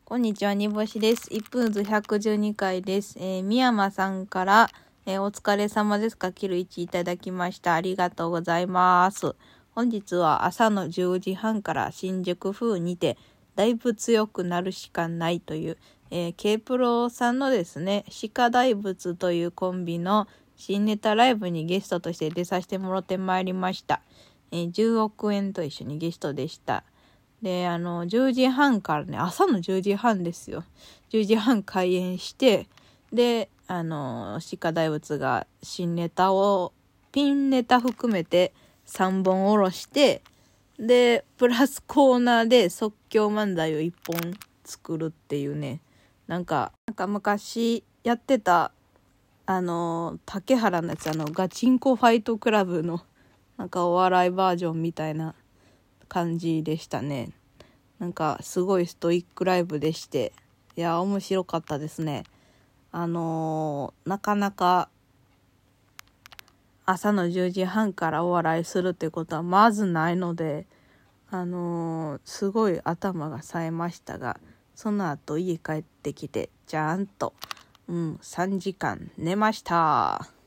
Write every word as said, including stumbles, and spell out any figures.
こんにちは、にぼしです。いっぷんずひゃくじゅうにかいです。えー、みやまさんから、えー、お疲れ様ですかきるいちいただきました。ありがとうございます。本日は朝のじゅうじはんから新宿風にて、だいぶ強くなるしかないという、えー、K プロさんのですね、鹿大仏というコンビの新ネタライブにゲストとして出させてもらってまいりました。えー、じゅうおくえんと一緒にゲストでした。で、あの、じゅうじはんからね、朝のじゅうじはんですよ。じゅうじはん開演して、で、あの、鹿大仏が新ネタを、ピンネタ含めてさんぼん下ろして、で、プラスコーナーで即興漫才をいっぽん作るっていうね、なんか、なんか昔やってた、あの、竹原のやつ、あの、ガチンコファイトクラブの、なんかお笑いバージョンみたいな感じでしたね。なんかすごいストイックライブでして、いや面白かったですね。あのー、なかなか朝のじゅうじはんからお笑いするってことはまずないので、あのー、すごい頭が冴えましたが、その後家帰ってきてちゃんと、うん、さんじかん寝ました。